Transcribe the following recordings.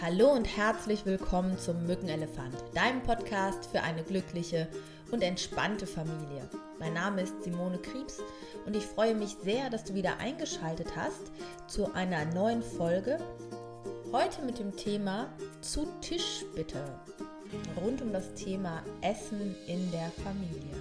Hallo und herzlich willkommen zum Mückenelefant, deinem Podcast für eine glückliche und entspannte Familie. Mein Name ist Simone Kriebs und ich freue mich sehr, dass du wieder eingeschaltet hast zu einer neuen Folge. Heute mit dem Thema Zu Tisch bitte, rund um das Thema Essen in der Familie.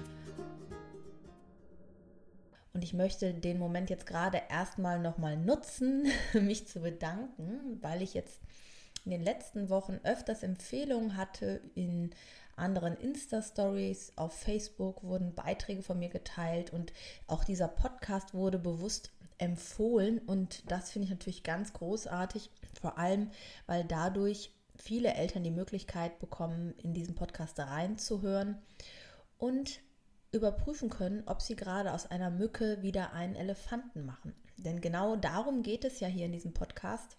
Und ich möchte den Moment jetzt gerade erstmal nochmal nutzen, mich zu bedanken, weil ich jetzt in den letzten Wochen öfters Empfehlungen hatte in anderen Insta-Stories, auf Facebook wurden Beiträge von mir geteilt und auch dieser Podcast wurde bewusst empfohlen und das finde ich natürlich ganz großartig, vor allem, weil dadurch viele Eltern die Möglichkeit bekommen, in diesen Podcast reinzuhören und überprüfen können, ob sie gerade aus einer Mücke wieder einen Elefanten machen. Denn genau darum geht es ja hier in diesem Podcast.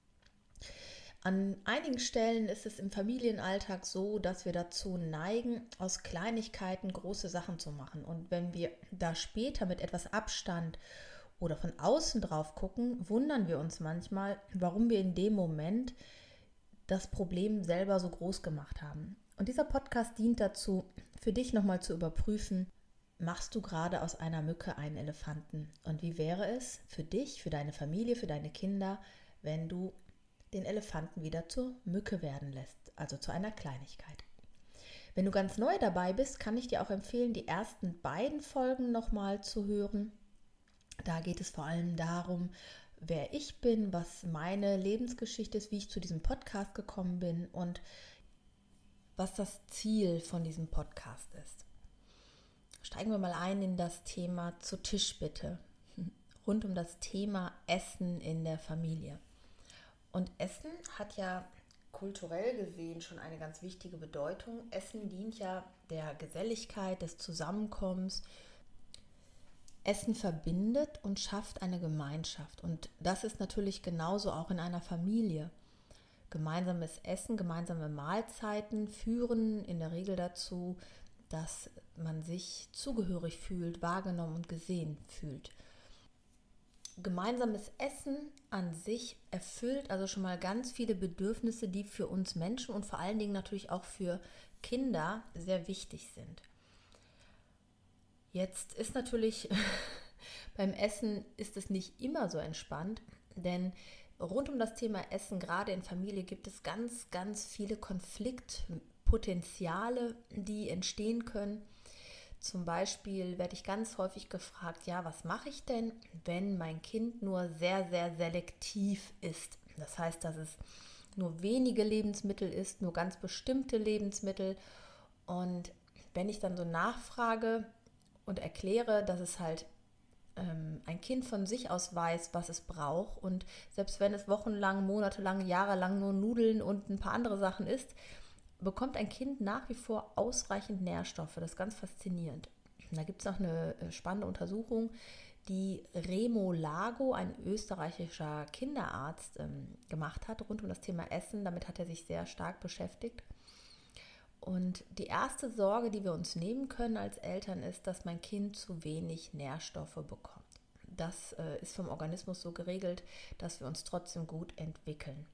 An einigen Stellen ist es im Familienalltag so, dass wir dazu neigen, aus Kleinigkeiten große Sachen zu machen. Und wenn wir da später mit etwas Abstand oder von außen drauf gucken, wundern wir uns manchmal, warum wir in dem Moment das Problem selber so groß gemacht haben. Und dieser Podcast dient dazu, für dich nochmal zu überprüfen, machst du gerade aus einer Mücke einen Elefanten? Und wie wäre es für dich, für deine Familie, für deine Kinder, wenn du den Elefanten wieder zur Mücke werden lässt, also zu einer Kleinigkeit. Wenn du ganz neu dabei bist, kann ich dir auch empfehlen, die ersten beiden Folgen nochmal zu hören. Da geht es vor allem darum, wer ich bin, was meine Lebensgeschichte ist, wie ich zu diesem Podcast gekommen bin und was das Ziel von diesem Podcast ist. Steigen wir mal ein in das Thema Zu Tisch bitte, rund um das Thema Essen in der Familie. Und Essen hat ja kulturell gesehen schon eine ganz wichtige Bedeutung. Essen dient ja der Geselligkeit, des Zusammenkommens. Essen verbindet und schafft eine Gemeinschaft. Und das ist natürlich genauso auch in einer Familie. Gemeinsames Essen, gemeinsame Mahlzeiten führen in der Regel dazu, dass man sich zugehörig fühlt, wahrgenommen und gesehen fühlt. Gemeinsames Essen an sich erfüllt also schon mal ganz viele Bedürfnisse, die für uns Menschen und vor allen Dingen natürlich auch für Kinder sehr wichtig sind. Jetzt ist natürlich beim Essen ist es nicht immer so entspannt, denn rund um das Thema Essen, gerade in Familie, gibt es ganz, ganz viele Konfliktpotenziale, die entstehen können. Zum Beispiel werde ich ganz häufig gefragt, ja, was mache ich denn, wenn mein Kind nur sehr, sehr selektiv isst? Das heißt, dass es nur wenige Lebensmittel isst, nur ganz bestimmte Lebensmittel. Und wenn ich dann so nachfrage und erkläre, dass es halt ein Kind von sich aus weiß, was es braucht und selbst wenn es wochenlang, monatelang, jahrelang nur Nudeln und ein paar andere Sachen isst, bekommt ein Kind nach wie vor ausreichend Nährstoffe. Das ist ganz faszinierend. Da gibt es noch eine spannende Untersuchung, die Remo Lago, ein österreichischer Kinderarzt, gemacht hat, rund um das Thema Essen. Damit hat er sich sehr stark beschäftigt. Und die erste Sorge, die wir uns nehmen können als Eltern, ist, dass mein Kind zu wenig Nährstoffe bekommt. Das ist vom Organismus so geregelt, dass wir uns trotzdem gut entwickeln.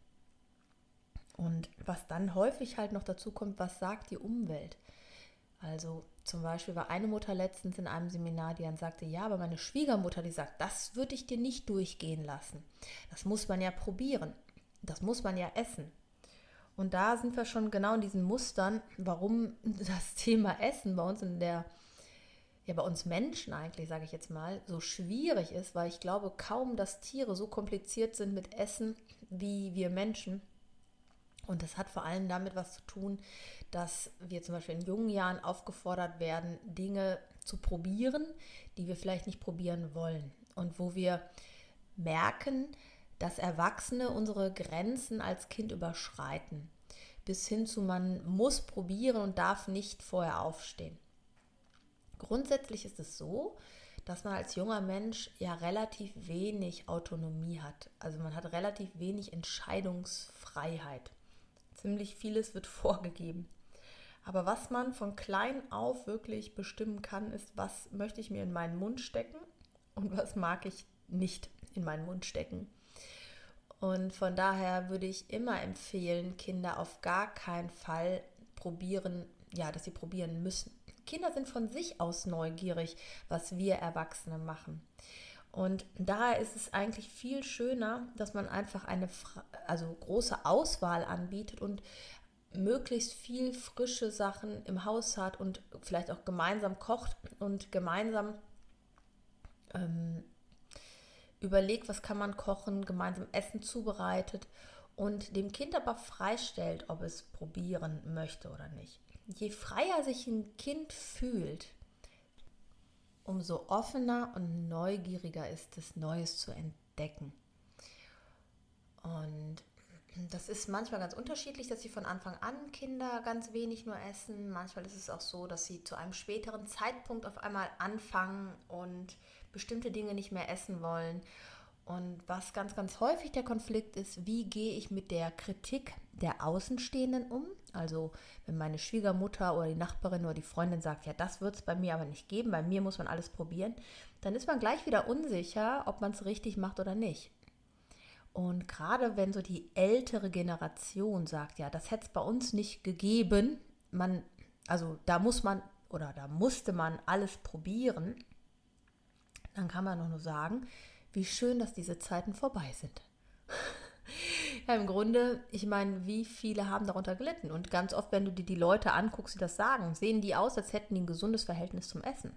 Und was dann häufig halt noch dazu kommt, was sagt die Umwelt? Also zum Beispiel war eine Mutter letztens in einem Seminar, die dann sagte, ja, aber meine Schwiegermutter, die sagt, das würde ich dir nicht durchgehen lassen. Das muss man ja probieren, das muss man ja essen. Und da sind wir schon genau in diesen Mustern, warum das Thema Essen bei uns bei uns Menschen eigentlich, sage ich jetzt mal, so schwierig ist, weil ich glaube kaum, dass Tiere so kompliziert sind mit Essen wie wir Menschen. Und das hat vor allem damit was zu tun, dass wir zum Beispiel in jungen Jahren aufgefordert werden, Dinge zu probieren, die wir vielleicht nicht probieren wollen. Und wo wir merken, dass Erwachsene unsere Grenzen als Kind überschreiten. Bis hin zu, man muss probieren und darf nicht vorher aufstehen. Grundsätzlich ist es so, dass man als junger Mensch ja relativ wenig Autonomie hat. Also man hat relativ wenig Entscheidungsfreiheit. Ziemlich vieles wird vorgegeben. Aber was man von klein auf wirklich bestimmen kann, ist, was möchte ich mir in meinen Mund stecken und was mag ich nicht in meinen Mund stecken. Und von daher würde ich immer empfehlen, Kinder auf gar keinen Fall probieren, ja, dass sie probieren müssen. Kinder sind von sich aus neugierig, was wir Erwachsene machen. Und daher ist es eigentlich viel schöner, dass man einfach eine große Auswahl anbietet und möglichst viel frische Sachen im Haus hat und vielleicht auch gemeinsam kocht und gemeinsam überlegt, was kann man kochen, gemeinsam Essen zubereitet und dem Kind aber freistellt, ob es probieren möchte oder nicht. Je freier sich ein Kind fühlt, umso offener und neugieriger ist es, Neues zu entdecken. Und das ist manchmal ganz unterschiedlich, dass sie von Anfang an Kinder ganz wenig nur essen. Manchmal ist es auch so, dass sie zu einem späteren Zeitpunkt auf einmal anfangen und bestimmte Dinge nicht mehr essen wollen. Und was ganz, ganz häufig der Konflikt ist, wie gehe ich mit der Kritik der Außenstehenden um? Also wenn meine Schwiegermutter oder die Nachbarin oder die Freundin sagt, ja, das wird es bei mir aber nicht geben, bei mir muss man alles probieren, dann ist man gleich wieder unsicher, ob man es richtig macht oder nicht. Und gerade wenn so die ältere Generation sagt, ja, das hätte es bei uns nicht gegeben, da musste man alles probieren, dann kann man nur sagen, wie schön, dass diese Zeiten vorbei sind. Ja, im Grunde, ich meine, wie viele haben darunter gelitten? Und ganz oft, wenn du dir die Leute anguckst, die das sagen, sehen die aus, als hätten die ein gesundes Verhältnis zum Essen.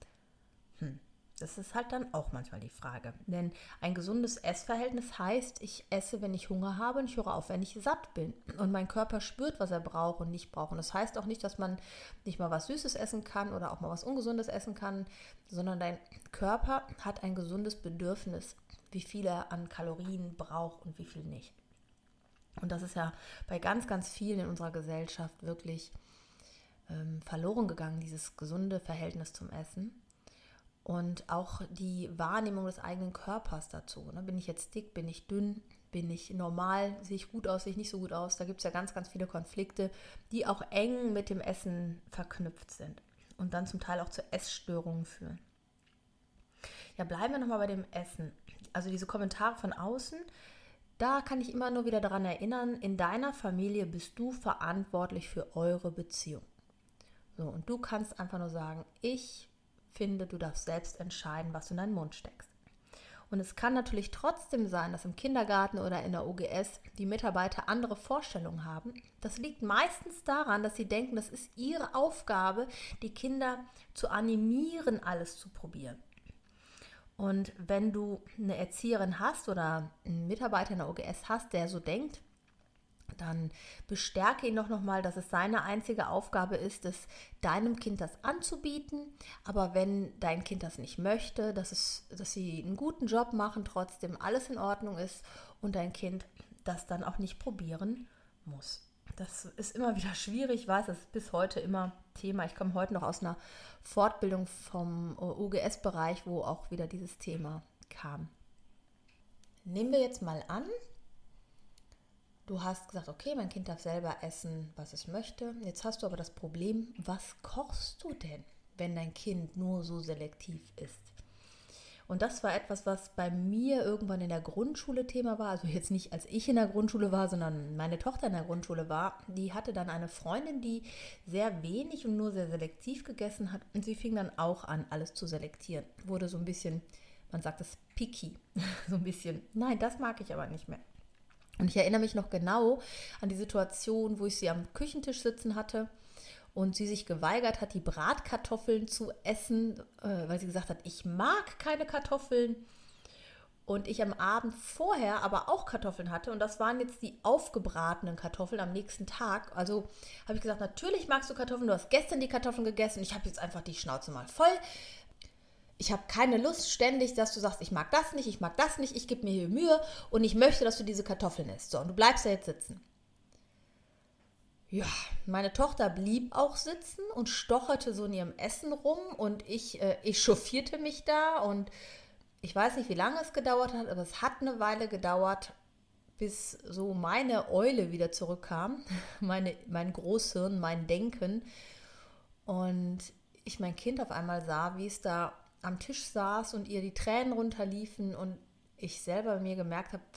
Das ist halt dann auch manchmal die Frage. Denn ein gesundes Essverhältnis heißt, ich esse, wenn ich Hunger habe und ich höre auf, wenn ich satt bin. Und mein Körper spürt, was er braucht und nicht braucht. Und das heißt auch nicht, dass man nicht mal was Süßes essen kann oder auch mal was Ungesundes essen kann, sondern dein Körper hat ein gesundes Bedürfnis, wie viel er an Kalorien braucht und wie viel nicht. Und das ist ja bei ganz, ganz vielen in unserer Gesellschaft wirklich verloren gegangen, dieses gesunde Verhältnis zum Essen. Und auch die Wahrnehmung des eigenen Körpers dazu. Ne? Bin ich jetzt dick, bin ich dünn, bin ich normal, sehe ich gut aus, sehe ich nicht so gut aus. Da gibt es ja ganz, ganz viele Konflikte, die auch eng mit dem Essen verknüpft sind und dann zum Teil auch zu Essstörungen führen. Ja, bleiben wir nochmal bei dem Essen. Also diese Kommentare von außen, da kann ich immer nur wieder daran erinnern, in deiner Familie bist du verantwortlich für eure Beziehung. So, und du kannst einfach nur sagen, ich finde, du darfst selbst entscheiden, was du in deinen Mund steckst. Und es kann natürlich trotzdem sein, dass im Kindergarten oder in der OGS die Mitarbeiter andere Vorstellungen haben. Das liegt meistens daran, dass sie denken, das ist ihre Aufgabe, die Kinder zu animieren, alles zu probieren. Und wenn du eine Erzieherin hast oder einen Mitarbeiter in der OGS hast, der so denkt, dann bestärke ihn doch nochmal, dass es seine einzige Aufgabe ist, es deinem Kind das anzubieten. Aber wenn dein Kind das nicht möchte, dass sie einen guten Job machen, trotzdem alles in Ordnung ist und dein Kind das dann auch nicht probieren muss. Das ist immer wieder schwierig, ich weiß, das ist bis heute immer Thema. Ich komme heute noch aus einer Fortbildung vom OGS-Bereich, wo auch wieder dieses Thema kam. Nehmen wir jetzt mal an, du hast gesagt, okay, mein Kind darf selber essen, was es möchte. Jetzt hast du aber das Problem, was kochst du denn, wenn dein Kind nur so selektiv ist? Und das war etwas, was bei mir irgendwann in der Grundschule Thema war. Also jetzt nicht, als ich in der Grundschule war, sondern meine Tochter in der Grundschule war. Die hatte dann eine Freundin, die sehr wenig und nur sehr selektiv gegessen hat. Und sie fing dann auch an, alles zu selektieren. Wurde so ein bisschen, man sagt es picky, so ein bisschen, nein, das mag ich aber nicht mehr. Und ich erinnere mich noch genau an die Situation, wo ich sie am Küchentisch sitzen hatte und sie sich geweigert hat, die Bratkartoffeln zu essen, weil sie gesagt hat, ich mag keine Kartoffeln. Und ich am Abend vorher aber auch Kartoffeln hatte und das waren jetzt die aufgebratenen Kartoffeln am nächsten Tag. Also habe ich gesagt, natürlich magst du Kartoffeln, du hast gestern die Kartoffeln gegessen und ich habe jetzt einfach die Schnauze mal voll. Ich habe keine Lust ständig, dass du sagst, ich mag das nicht, ich gebe mir hier Mühe und ich möchte, dass du diese Kartoffeln isst. So, und du bleibst da jetzt sitzen. Ja, meine Tochter blieb auch sitzen und stocherte so in ihrem Essen rum und ich echauffierte mich da und ich weiß nicht, wie lange es gedauert hat, aber es hat eine Weile gedauert, bis so meine Eule wieder zurückkam, mein Großhirn, mein Denken und ich mein Kind auf einmal sah, wie es da am Tisch saß und ihr die Tränen runterliefen und ich selber bei mir gemerkt habe, was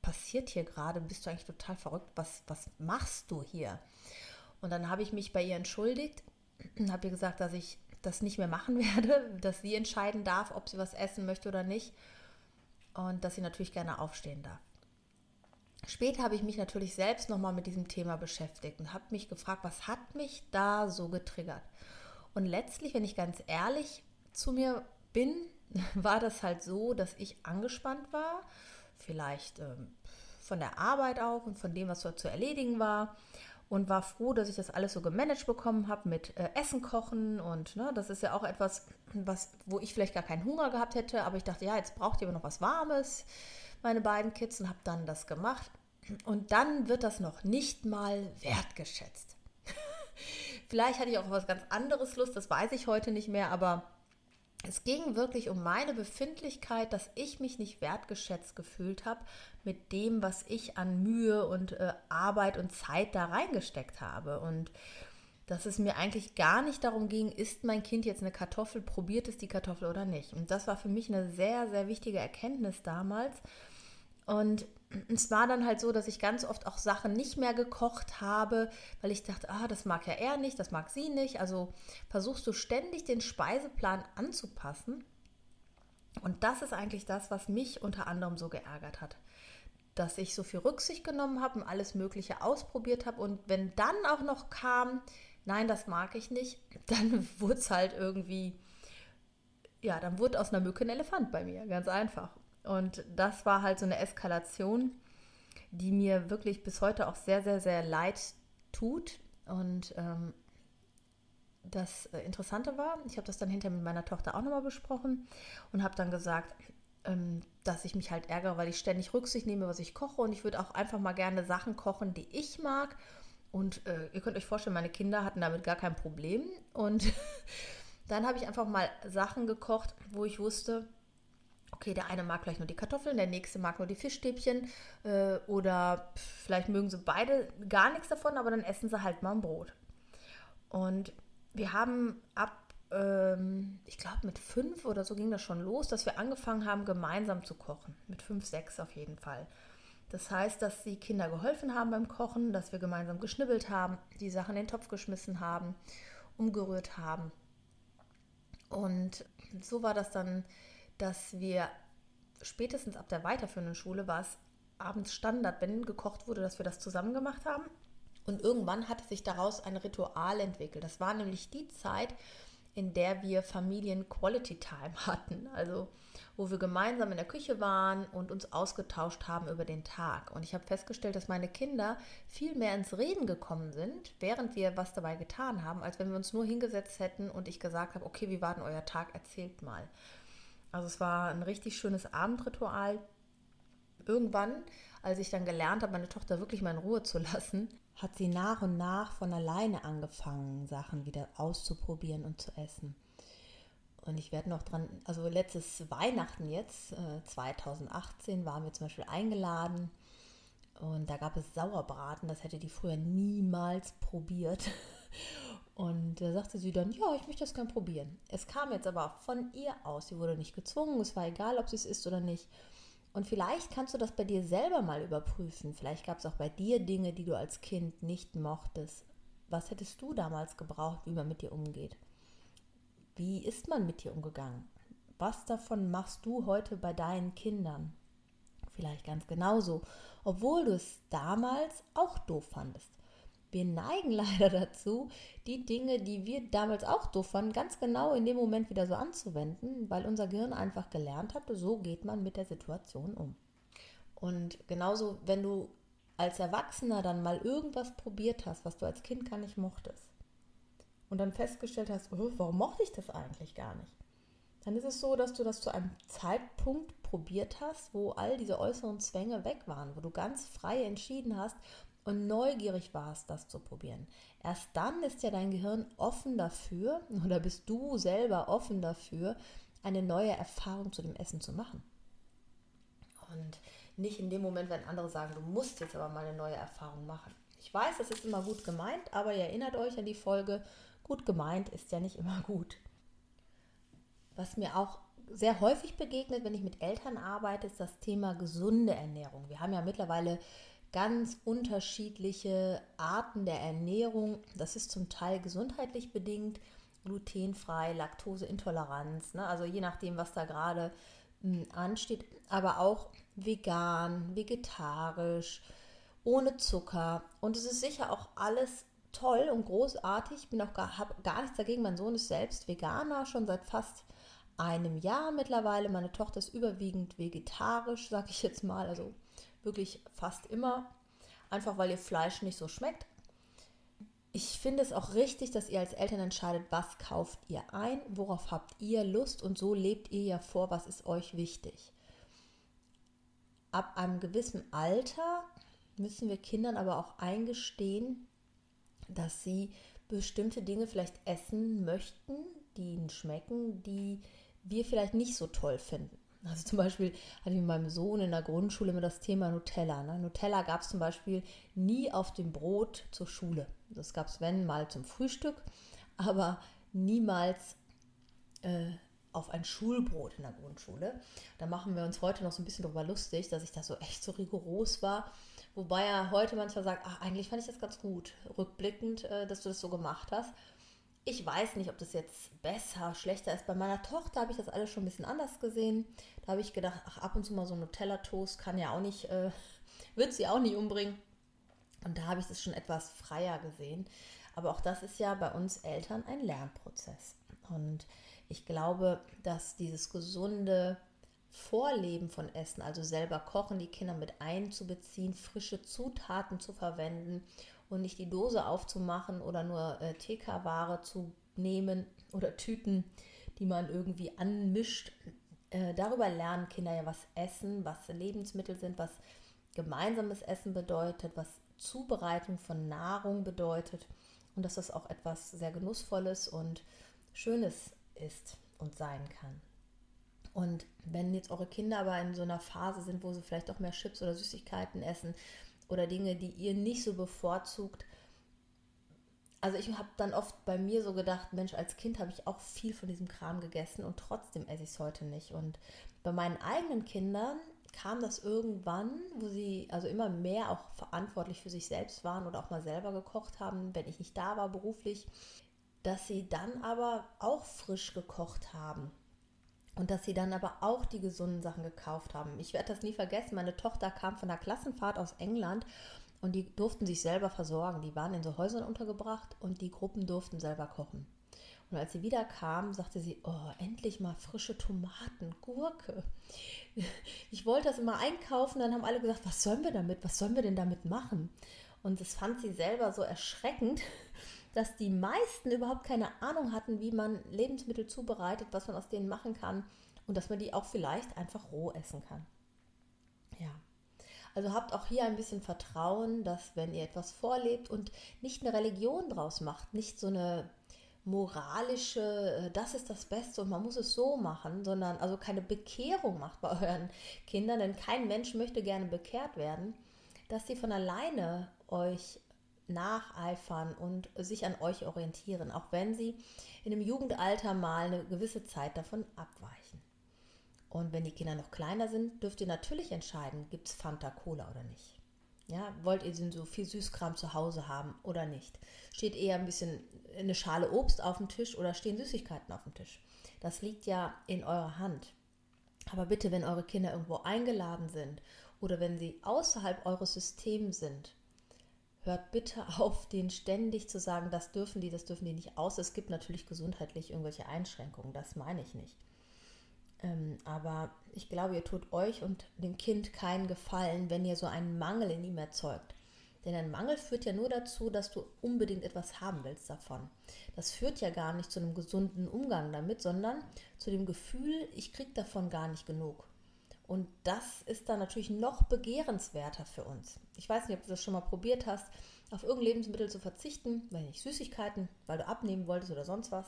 passiert hier gerade? Bist du eigentlich total verrückt? Was machst du hier? Und dann habe ich mich bei ihr entschuldigt und habe ihr gesagt, dass ich das nicht mehr machen werde, dass sie entscheiden darf, ob sie was essen möchte oder nicht und dass sie natürlich gerne aufstehen darf. Später habe ich mich natürlich selbst nochmal mit diesem Thema beschäftigt und habe mich gefragt, was hat mich da so getriggert? Und letztlich, wenn ich ganz ehrlich zu mir bin, war das halt so, dass ich angespannt war, vielleicht von der Arbeit auch und von dem, was dort zu erledigen war, und war froh, dass ich das alles so gemanagt bekommen habe mit Essen kochen und das ist ja auch etwas, wo ich vielleicht gar keinen Hunger gehabt hätte, aber ich dachte, ja, jetzt braucht ihr aber noch was Warmes, meine beiden Kids, und habe dann das gemacht. Und dann wird das noch nicht mal wertgeschätzt. Vielleicht hatte ich auch auf was ganz anderes Lust, das weiß ich heute nicht mehr, aber es ging wirklich um meine Befindlichkeit, dass ich mich nicht wertgeschätzt gefühlt habe mit dem, was ich an Mühe und Arbeit und Zeit da reingesteckt habe. Und dass es mir eigentlich gar nicht darum ging, isst mein Kind jetzt eine Kartoffel, probiert es die Kartoffel oder nicht. Und das war für mich eine sehr, sehr wichtige Erkenntnis damals. Und es war dann halt so, dass ich ganz oft auch Sachen nicht mehr gekocht habe, weil ich dachte, das mag ja er nicht, das mag sie nicht. Also versuchst du ständig den Speiseplan anzupassen. Und das ist eigentlich das, was mich unter anderem so geärgert hat. Dass ich so viel Rücksicht genommen habe und alles Mögliche ausprobiert habe. Und wenn dann auch noch kam, nein, das mag ich nicht, dann wurde es halt irgendwie, ja, dann wurde aus einer Mücke ein Elefant bei mir, ganz einfach. Und das war halt so eine Eskalation, die mir wirklich bis heute auch sehr, sehr, sehr leid tut. Und das Interessante war, ich habe das dann hinterher mit meiner Tochter auch nochmal besprochen und habe dann gesagt, dass ich mich halt ärgere, weil ich ständig Rücksicht nehme, was ich koche. Und ich würde auch einfach mal gerne Sachen kochen, die ich mag. Und ihr könnt euch vorstellen, meine Kinder hatten damit gar kein Problem. Und dann habe ich einfach mal Sachen gekocht, wo ich wusste, okay, der eine mag vielleicht nur die Kartoffeln, der nächste mag nur die Fischstäbchen oder vielleicht mögen sie beide gar nichts davon, aber dann essen sie halt mal ein Brot. Und wir haben ich glaube mit 5 oder so ging das schon los, dass wir angefangen haben, gemeinsam zu kochen. Mit 5, 6 auf jeden Fall. Das heißt, dass die Kinder geholfen haben beim Kochen, dass wir gemeinsam geschnibbelt haben, die Sachen in den Topf geschmissen haben, umgerührt haben. Und so war das dann, dass wir spätestens ab der weiterführenden Schule war es abends Standard, wenn gekocht wurde, dass wir das zusammen gemacht haben. Und irgendwann hatte sich daraus ein Ritual entwickelt. Das war nämlich die Zeit, in der wir Familien-Quality-Time hatten. Also wo wir gemeinsam in der Küche waren und uns ausgetauscht haben über den Tag. Und ich habe festgestellt, dass meine Kinder viel mehr ins Reden gekommen sind, während wir was dabei getan haben, als wenn wir uns nur hingesetzt hätten und ich gesagt habe, okay, wie war denn euer Tag? Erzählt mal. Also es war ein richtig schönes Abendritual. Irgendwann, als ich dann gelernt habe, meine Tochter wirklich mal in Ruhe zu lassen, hat sie nach und nach von alleine angefangen, Sachen wieder auszuprobieren und zu essen. Und ich werde noch dran, also letztes Weihnachten jetzt, 2018, waren wir zum Beispiel eingeladen und da gab es Sauerbraten, das hätte die früher niemals probiert. Und da sagte sie dann, ja, ich möchte das gerne probieren. Es kam jetzt aber von ihr aus, sie wurde nicht gezwungen, es war egal, ob sie es isst oder nicht. Und vielleicht kannst du das bei dir selber mal überprüfen. Vielleicht gab es auch bei dir Dinge, die du als Kind nicht mochtest. Was hättest du damals gebraucht, wie man mit dir umgeht? Wie ist man mit dir umgegangen? Was davon machst du heute bei deinen Kindern? Vielleicht ganz genauso, obwohl du es damals auch doof fandest. Wir neigen leider dazu, die Dinge, die wir damals auch doof fanden, ganz genau in dem Moment wieder so anzuwenden, weil unser Gehirn einfach gelernt hat, so geht man mit der Situation um. Und genauso, wenn du als Erwachsener dann mal irgendwas probiert hast, was du als Kind gar nicht mochtest und dann festgestellt hast, oh, warum mochte ich das eigentlich gar nicht? Dann ist es so, dass du das zu einem Zeitpunkt probiert hast, wo all diese äußeren Zwänge weg waren, wo du ganz frei entschieden hast und neugierig warst, das zu probieren. Erst dann ist ja dein Gehirn offen dafür, oder bist du selber offen dafür, eine neue Erfahrung zu dem Essen zu machen. Und nicht in dem Moment, wenn andere sagen, du musst jetzt aber mal eine neue Erfahrung machen. Ich weiß, das ist immer gut gemeint, aber ihr erinnert euch an die Folge, gut gemeint ist ja nicht immer gut. Was mir auch sehr häufig begegnet, wenn ich mit Eltern arbeite, ist das Thema gesunde Ernährung. Wir haben ja mittlerweile ganz unterschiedliche Arten der Ernährung. Das ist zum Teil gesundheitlich bedingt, glutenfrei, Laktoseintoleranz, ne? Also je nachdem, was da gerade ansteht, aber auch vegan, vegetarisch, ohne Zucker. Und es ist sicher auch alles toll und großartig. Ich habe gar nichts dagegen. Mein Sohn ist selbst Veganer, schon seit fast einem Jahr mittlerweile. Meine Tochter ist überwiegend vegetarisch, sage ich jetzt mal, also wirklich fast immer, einfach weil ihr Fleisch nicht so schmeckt. Ich finde es auch richtig, dass ihr als Eltern entscheidet, was kauft ihr ein, worauf habt ihr Lust und so lebt ihr ja vor, was ist euch wichtig. Ab einem gewissen Alter müssen wir Kindern aber auch eingestehen, dass sie bestimmte Dinge vielleicht essen möchten, die ihnen schmecken, die wir vielleicht nicht so toll finden. Also zum Beispiel hatte ich mit meinem Sohn in der Grundschule immer das Thema Nutella. Ne? Nutella gab es zum Beispiel nie auf dem Brot zur Schule. Das gab es, wenn, mal zum Frühstück, aber niemals auf ein Schulbrot in der Grundschule. Da machen wir uns heute noch so ein bisschen darüber lustig, dass ich da so echt so rigoros war. Wobei er heute manchmal sagt, ach, eigentlich fand ich das ganz gut, rückblickend, dass du das so gemacht hast. Ich weiß nicht, ob das jetzt besser, schlechter ist. Bei meiner Tochter habe ich das alles schon ein bisschen anders gesehen. Da habe ich gedacht, ach, ab und zu mal so ein Nutella-Toast kann ja auch nicht, wird sie auch nicht umbringen. Und da habe ich das schon etwas freier gesehen. Aber auch das ist ja bei uns Eltern ein Lernprozess. Und ich glaube, dass dieses gesunde Vorleben von Essen, also selber kochen, die Kinder mit einzubeziehen, frische Zutaten zu verwenden und nicht die Dose aufzumachen oder nur TK-Ware zu nehmen oder Tüten, die man irgendwie anmischt. Darüber lernen Kinder ja, was Essen, was Lebensmittel sind, was gemeinsames Essen bedeutet, was Zubereitung von Nahrung bedeutet und dass das auch etwas sehr Genussvolles und Schönes ist und sein kann. Und wenn jetzt eure Kinder aber in so einer Phase sind, wo sie vielleicht auch mehr Chips oder Süßigkeiten essen oder Dinge, die ihr nicht so bevorzugt, also ich habe dann oft bei mir so gedacht, Mensch, als Kind habe ich auch viel von diesem Kram gegessen und trotzdem esse ich es heute nicht. Und bei meinen eigenen Kindern kam das irgendwann, wo sie also immer mehr auch verantwortlich für sich selbst waren oder auch mal selber gekocht haben, wenn ich nicht da war beruflich, dass sie dann aber auch frisch gekocht haben. Und dass sie dann aber auch die gesunden Sachen gekauft haben. Ich werde das nie vergessen. Meine Tochter kam von der Klassenfahrt aus England und die durften sich selber versorgen. Die waren in so Häusern untergebracht und die Gruppen durften selber kochen. Und als sie wieder kam, sagte sie, oh, endlich mal frische Tomaten, Gurke. Ich wollte das immer einkaufen, dann haben alle gesagt, was sollen wir damit? Was sollen wir denn damit machen? Und das fand sie selber so erschreckend, dass die meisten überhaupt keine Ahnung hatten, wie man Lebensmittel zubereitet, was man aus denen machen kann und dass man die auch vielleicht einfach roh essen kann. Ja, also habt auch hier ein bisschen Vertrauen, dass wenn ihr etwas vorlebt und nicht eine Religion draus macht, nicht so eine moralische, das ist das Beste und man muss es so machen, sondern also keine Bekehrung macht bei euren Kindern, denn kein Mensch möchte gerne bekehrt werden, dass sie von alleine euch nacheifern und sich an euch orientieren, auch wenn sie in dem Jugendalter mal eine gewisse Zeit davon abweichen. Und wenn die Kinder noch kleiner sind, dürft ihr natürlich entscheiden, gibt es Fanta Cola oder nicht. Ja, wollt ihr so viel Süßkram zu Hause haben oder nicht? Steht eher ein bisschen eine Schale Obst auf dem Tisch oder stehen Süßigkeiten auf dem Tisch? Das liegt ja in eurer Hand. Aber bitte, wenn eure Kinder irgendwo eingeladen sind oder wenn sie außerhalb eures Systems sind, hört bitte auf, denen ständig zu sagen, das dürfen die nicht aus. Es gibt natürlich gesundheitlich irgendwelche Einschränkungen, das meine ich nicht. Aber ich glaube, ihr tut euch und dem Kind keinen Gefallen, wenn ihr so einen Mangel in ihm erzeugt. Denn ein Mangel führt ja nur dazu, dass du unbedingt etwas haben willst davon. Das führt ja gar nicht zu einem gesunden Umgang damit, sondern zu dem Gefühl, ich kriege davon gar nicht genug. Und das ist dann natürlich noch begehrenswerter für uns. Ich weiß nicht, ob du das schon mal probiert hast, auf irgendein Lebensmittel zu verzichten, weil nicht Süßigkeiten, weil du abnehmen wolltest oder sonst was.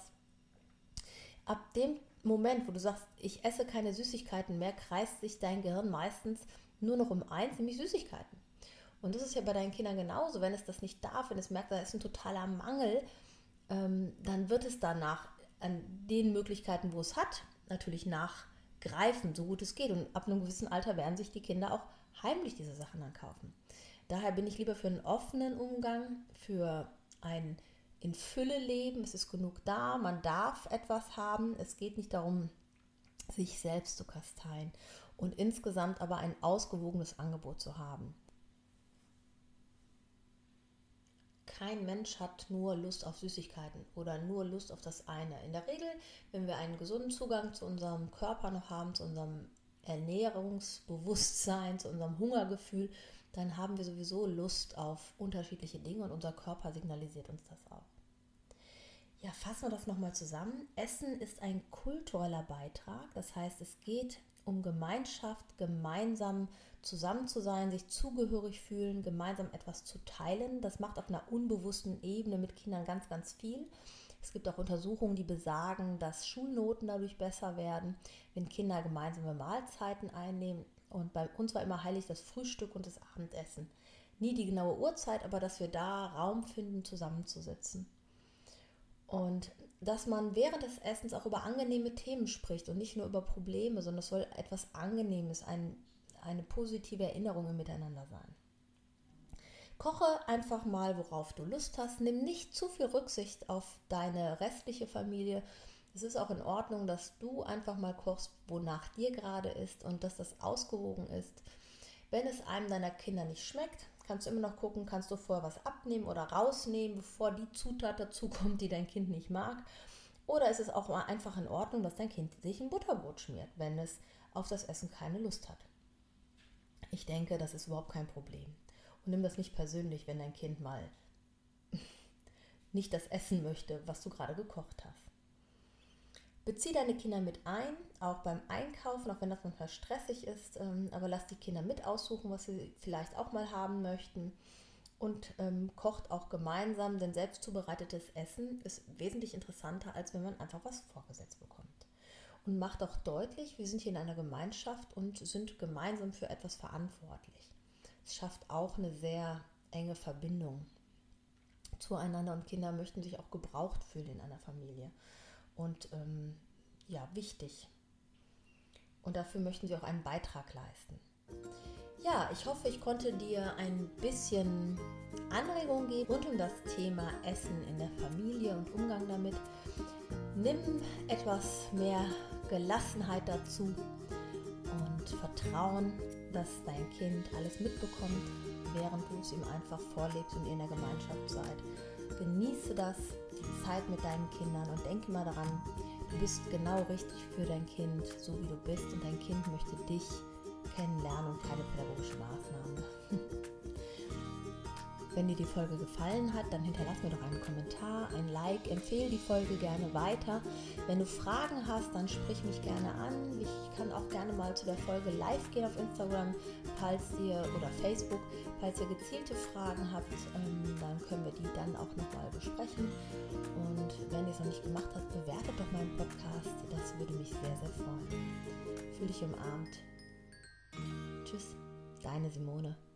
Ab dem Moment, wo du sagst, ich esse keine Süßigkeiten mehr, kreist sich dein Gehirn meistens nur noch um eins, nämlich Süßigkeiten. Und das ist ja bei deinen Kindern genauso. Wenn es das nicht darf, wenn es merkt, da ist ein totaler Mangel, dann wird es danach an den Möglichkeiten, wo es hat, natürlich nachgreifen, so gut es geht. Und ab einem gewissen Alter werden sich die Kinder auch heimlich diese Sachen dann kaufen. Daher bin ich lieber für einen offenen Umgang, für ein in Fülle leben. Es ist genug da, man darf etwas haben. Es geht nicht darum, sich selbst zu kasteien und insgesamt aber ein ausgewogenes Angebot zu haben. Kein Mensch hat nur Lust auf Süßigkeiten oder nur Lust auf das eine. In der Regel, wenn wir einen gesunden Zugang zu unserem Körper noch haben, zu unserem Ernährungsbewusstsein, zu unserem Hungergefühl, dann haben wir sowieso Lust auf unterschiedliche Dinge und unser Körper signalisiert uns das auch. Ja, fassen wir das nochmal zusammen. Essen ist ein kultureller Beitrag, das heißt, es geht um Gemeinschaft, gemeinsam zusammen zu sein, sich zugehörig fühlen, gemeinsam etwas zu teilen. Das macht auf einer unbewussten Ebene mit Kindern ganz, ganz viel. Es gibt auch Untersuchungen, die besagen, dass Schulnoten dadurch besser werden, wenn Kinder gemeinsame Mahlzeiten einnehmen. Und bei uns war immer heilig das Frühstück und das Abendessen. Nie die genaue Uhrzeit, aber dass wir da Raum finden, zusammenzusitzen. Und dass man während des Essens auch über angenehme Themen spricht und nicht nur über Probleme, sondern es soll etwas Angenehmes, eine positive Erinnerung im Miteinander sein. Koche einfach mal, worauf du Lust hast. Nimm nicht zu viel Rücksicht auf deine restliche Familie. Es ist auch in Ordnung, dass du einfach mal kochst, wonach dir gerade ist und dass das ausgewogen ist. Wenn es einem deiner Kinder nicht schmeckt, kannst du immer noch gucken, kannst du vorher was abnehmen oder rausnehmen, bevor die Zutat dazu kommt, die dein Kind nicht mag. Oder ist es auch mal einfach in Ordnung, dass dein Kind sich ein Butterbrot schmiert, wenn es auf das Essen keine Lust hat. Ich denke, das ist überhaupt kein Problem. Und nimm das nicht persönlich, wenn dein Kind mal nicht das essen möchte, was du gerade gekocht hast. Bezieh deine Kinder mit ein, auch beim Einkaufen, auch wenn das manchmal stressig ist, aber lass die Kinder mit aussuchen, was sie vielleicht auch mal haben möchten und kocht auch gemeinsam, denn selbst zubereitetes Essen ist wesentlich interessanter, als wenn man einfach was vorgesetzt bekommt. Und macht auch deutlich, wir sind hier in einer Gemeinschaft und sind gemeinsam für etwas verantwortlich. Es schafft auch eine sehr enge Verbindung zueinander und Kinder möchten sich auch gebraucht fühlen in einer Familie. Und wichtig. Und dafür möchten sie auch einen Beitrag leisten. Ja, ich hoffe, ich konnte dir ein bisschen Anregung geben rund um das Thema Essen in der Familie und Umgang damit. Nimm etwas mehr Gelassenheit dazu und Vertrauen, dass dein Kind alles mitbekommt, während du es ihm einfach vorlebst und ihr in der Gemeinschaft seid. Genieße das, die Zeit mit deinen Kindern und denke mal daran, du bist genau richtig für dein Kind, so wie du bist und dein Kind möchte dich kennenlernen und keine pädagogische Maßnahme. Wenn dir die Folge gefallen hat, dann hinterlass mir doch einen Kommentar, ein Like, empfehle die Folge gerne weiter. Wenn du Fragen hast, dann sprich mich gerne an. Ich kann auch gerne mal zu der Folge live gehen auf Instagram oder Facebook. Falls ihr gezielte Fragen habt, dann können wir die dann auch nochmal besprechen. Und wenn ihr es noch nicht gemacht habt, bewertet doch meinen Podcast. Das würde mich sehr, sehr freuen. Fühl dich umarmt. Tschüss, deine Simone.